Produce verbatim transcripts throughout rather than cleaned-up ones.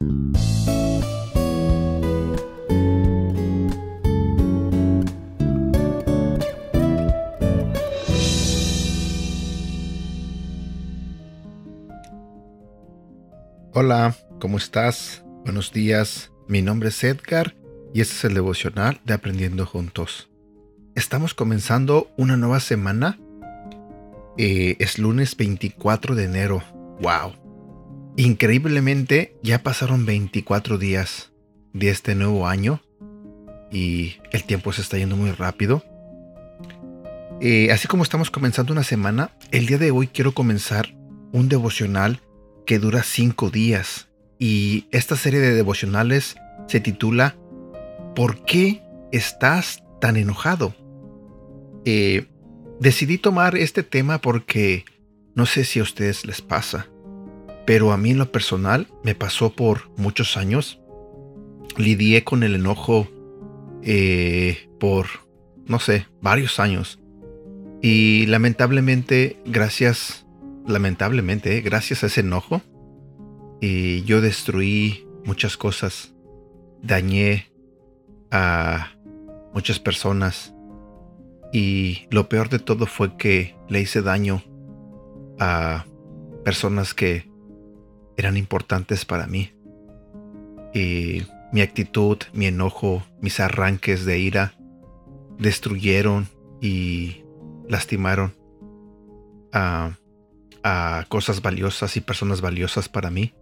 Hola, ¿cómo estás? Buenos días, mi nombre es Edgar y este es el devocional de Aprendiendo Juntos. Estamos comenzando una nueva semana, eh, es lunes veinticuatro de enero, wow. Increíblemente ya pasaron veinticuatro días de este nuevo año y el tiempo se está yendo muy rápido. Eh, así como estamos comenzando una semana, el día de hoy quiero comenzar un devocional que dura cinco días y esta serie de devocionales se titula ¿Por qué estás tan enojado? Eh, decidí tomar este tema porque no sé si a ustedes les pasa, pero a mí en lo personal me pasó por muchos años. Lidié con el enojo eh, por, no sé, varios años y lamentablemente, gracias Lamentablemente, eh, gracias a ese enojo, eh, yo destruí muchas cosas, dañé a muchas personas y lo peor de todo fue que le hice daño a personas que eran importantes para mí. Y mi actitud, mi enojo, mis arranques de ira destruyeron y lastimaron a a cosas valiosas y personas valiosas para mí.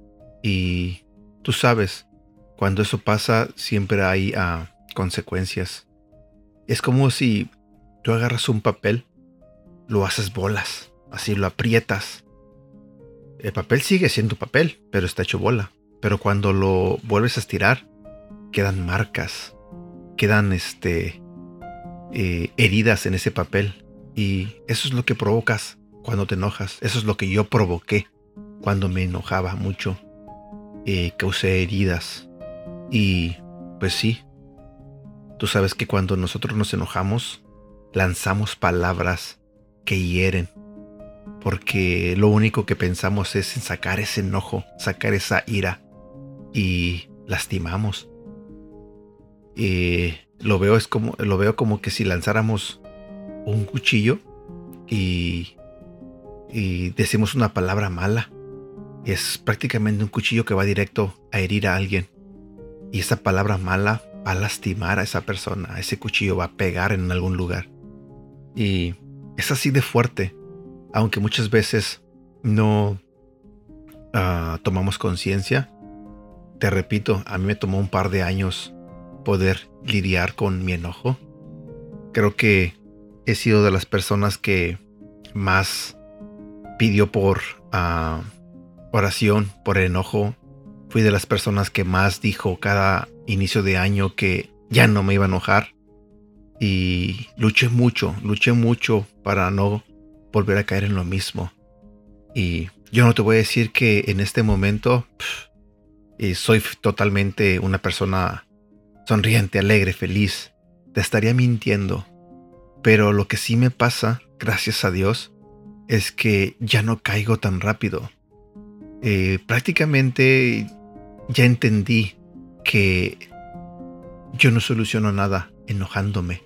Y tú sabes, cuando eso pasa siempre hay uh, consecuencias. Es como si tú agarras un papel, lo haces bolas, así lo aprietas. El papel sigue siendo papel, pero está hecho bola. Pero cuando lo vuelves a estirar, quedan marcas, quedan este, eh, heridas en ese papel. Y eso es lo que provocas cuando te enojas. Eso es lo que yo provoqué cuando me enojaba mucho. Eh, causé heridas. Y pues sí, tú sabes que cuando nosotros nos enojamos, lanzamos palabras que hieren. Porque lo único que pensamos es en sacar ese enojo, sacar esa ira. Y lastimamos. Eh, lo veo, es como, lo veo como que si lanzáramos un cuchillo y y decimos una palabra mala, es prácticamente un cuchillo que va directo a herir a alguien. Y esa palabra mala va a lastimar a esa persona. A ese cuchillo va a pegar en algún lugar. Y es así de fuerte. Aunque muchas veces no uh, tomamos conciencia. Te repito, a mí me tomó un par de años poder lidiar con mi enojo. Creo que he sido de las personas que más pidió por uh, oración, por enojo. Fui de las personas que más dijo cada inicio de año que ya no me iba a enojar. Y luché mucho, luché mucho para no volver a caer en lo mismo. Y yo no te voy a decir que en este momento pff, eh, soy totalmente una persona sonriente, alegre, feliz. Te estaría mintiendo. Pero lo que sí me pasa, gracias a Dios, es que ya no caigo tan rápido. Eh, prácticamente ya entendí que yo no soluciono nada enojándome.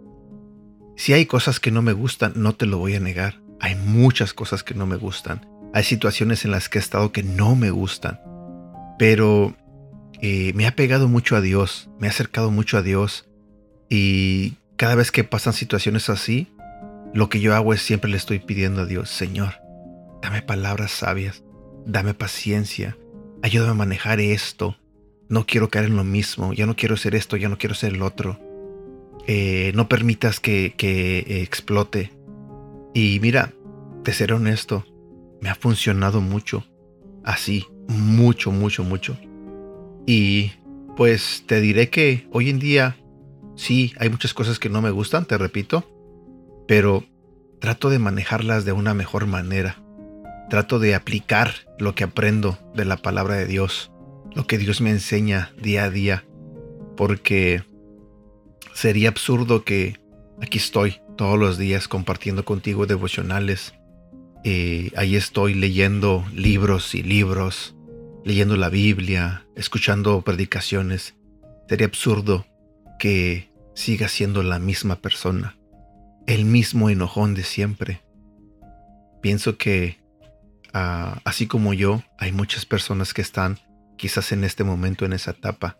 Si hay cosas que no me gustan, no te lo voy a negar. Hay muchas cosas que no me gustan. Hay situaciones en las que he estado que no me gustan. Pero eh, me ha pegado mucho a Dios, me ha acercado mucho a Dios. Y cada vez que pasan situaciones así, lo que yo hago es siempre le estoy pidiendo a Dios: Señor, dame palabras sabias, dame paciencia, ayúdame a manejar esto. No quiero caer en lo mismo, ya no quiero ser esto, ya no quiero ser el otro. Eh, no permitas que, que eh, explote. Y mira, te seré honesto, me ha funcionado mucho, así, mucho, mucho, mucho. Y pues te diré que hoy en día, sí, hay muchas cosas que no me gustan, te repito, pero trato de manejarlas de una mejor manera. Trato de aplicar lo que aprendo de la palabra de Dios, lo que Dios me enseña día a día, porque sería absurdo que aquí estoy todos los días compartiendo contigo devocionales. Eh, ahí estoy leyendo libros y libros leyendo la Biblia, escuchando predicaciones, sería absurdo que sigas siendo la misma persona, el mismo enojón de siempre. Pienso que, uh, así como yo, hay muchas personas que están quizás en este momento en esa etapa.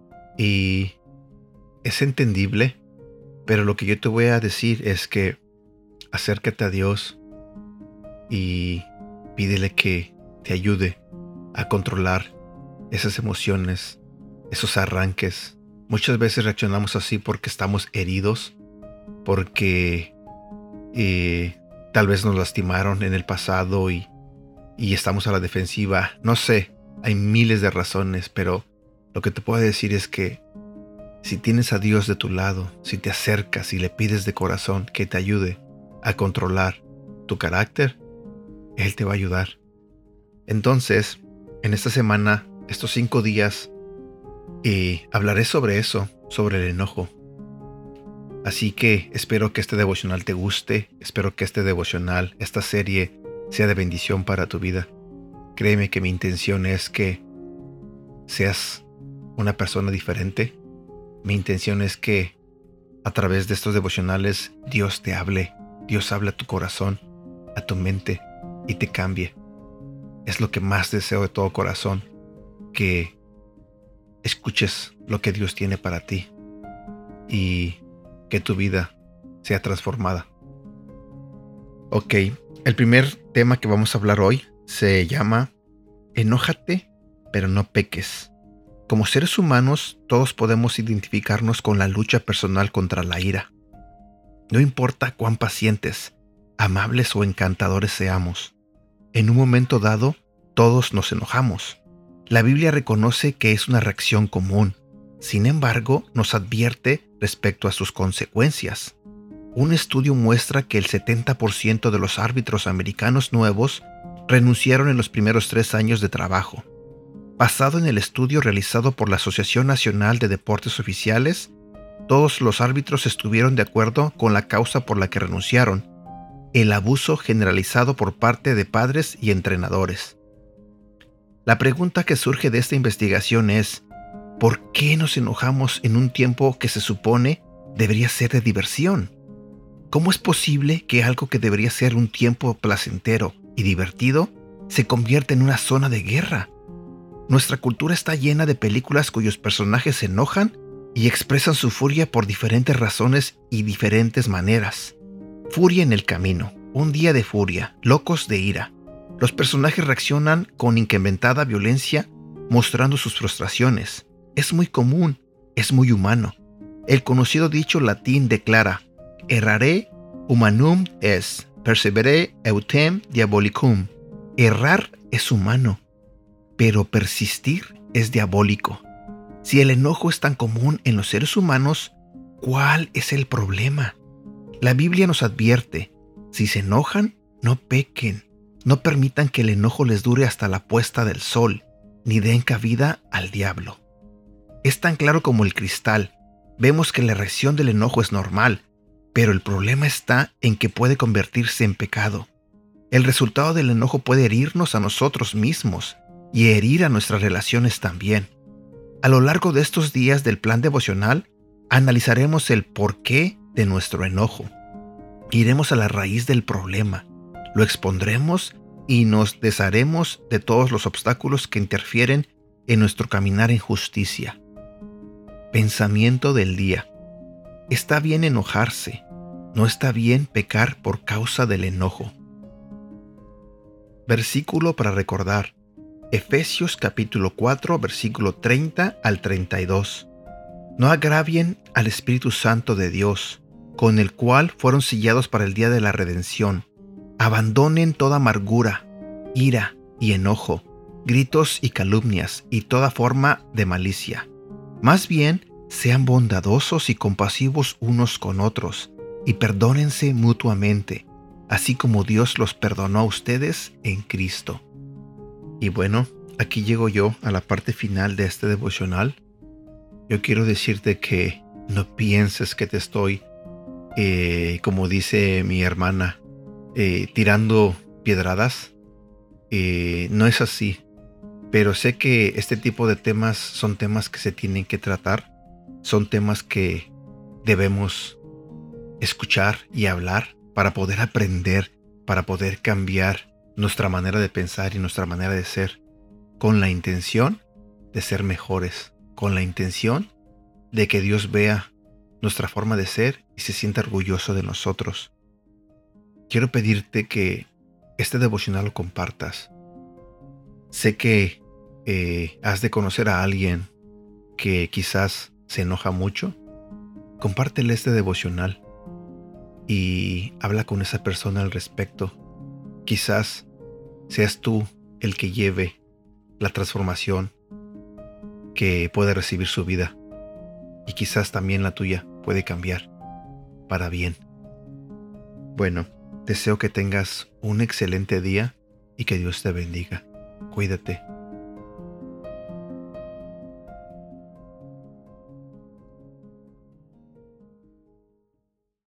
Y es entendible, pero lo que yo te voy a decir es que acércate a Dios y pídele que te ayude a controlar esas emociones, esos arranques. Muchas veces reaccionamos así porque estamos heridos, porque eh, tal vez nos lastimaron en el pasado y, y estamos a la defensiva. No sé, hay miles de razones, pero lo que te puedo decir es que si tienes a Dios de tu lado, si te acercas y le pides de corazón que te ayude a controlar tu carácter, Él te va a ayudar. Entonces, en esta semana, estos cinco días, eh, hablaré sobre eso, sobre el enojo. Así que espero que este devocional te guste, espero que este devocional, esta serie, sea de bendición para tu vida. Créeme que mi intención es que seas una persona diferente. Mi intención es que a través de estos devocionales Dios te hable, Dios hable a tu corazón, a tu mente y te cambie. Es lo que más deseo de todo corazón, que escuches lo que Dios tiene para ti y que tu vida sea transformada. Ok, el primer tema que vamos a hablar hoy se llama Enójate, pero no peques. Como seres humanos, todos podemos identificarnos con la lucha personal contra la ira. No importa cuán pacientes, amables o encantadores seamos, en un momento dado, todos nos enojamos. La Biblia reconoce que es una reacción común. Sin embargo, nos advierte respecto a sus consecuencias. Un estudio muestra que el setenta por ciento de los árbitros americanos nuevos renunciaron en los primeros tres años de trabajo. Basado en el estudio realizado por la Asociación Nacional de Deportes Oficiales, todos los árbitros estuvieron de acuerdo con la causa por la que renunciaron: el abuso generalizado por parte de padres y entrenadores. La pregunta que surge de esta investigación es: ¿por qué nos enojamos en un tiempo que se supone debería ser de diversión? ¿Cómo es posible que algo que debería ser un tiempo placentero y divertido se convierta en una zona de guerra? Nuestra cultura está llena de películas cuyos personajes se enojan y expresan su furia por diferentes razones y diferentes maneras. Furia en el camino, un día de furia, locos de ira. Los personajes reaccionan con incrementada violencia, mostrando sus frustraciones. Es muy común, es muy humano. El conocido dicho latín declara: errare humanum est, persevere autem diabolicum. Errar es humano, pero persistir es diabólico. Si el enojo es tan común en los seres humanos, ¿cuál es el problema? La Biblia nos advierte: si se enojan, no pequen. No permitan que el enojo les dure hasta la puesta del sol, ni den cabida al diablo. Es tan claro como el cristal. Vemos que la reacción del enojo es normal, pero el problema está en que puede convertirse en pecado. El resultado del enojo puede herirnos a nosotros mismos y herir a nuestras relaciones también. A lo largo de estos días del plan devocional, analizaremos el porqué de nuestro enojo. Iremos a la raíz del problema, lo expondremos y nos desharemos de todos los obstáculos que interfieren en nuestro caminar en justicia. Pensamiento del día. Está bien enojarse, no está bien pecar por causa del enojo. Versículo para recordar. Efesios capítulo cuatro, versículo treinta al treinta y dos. No agravien al Espíritu Santo de Dios, con el cual fueron sellados para el día de la redención. Abandonen toda amargura, ira y enojo, gritos y calumnias y toda forma de malicia. Más bien, sean bondadosos y compasivos unos con otros, y perdónense mutuamente, así como Dios los perdonó a ustedes en Cristo. Y bueno, aquí llego yo a la parte final de este devocional. Yo quiero decirte que no pienses que te estoy, eh, como dice mi hermana, eh, tirando piedradas. Eh, no es así. pero sé que este tipo de temas son temas que se tienen que tratar, son temas que debemos escuchar y hablar para poder aprender, para poder cambiar nuestra manera de pensar y nuestra manera de ser, con la intención de ser mejores, con la intención de que Dios vea nuestra forma de ser y se sienta orgulloso de nosotros. Quiero pedirte que este devocional lo compartas. Sé que eh, has de conocer a alguien que quizás se enoja mucho. Compártele este devocional y habla con esa persona al respecto. Quizás seas tú el que lleve la transformación que puede recibir su vida, y quizás también la tuya puede cambiar para bien. Bueno, deseo que tengas un excelente día y que Dios te bendiga. Cuídate.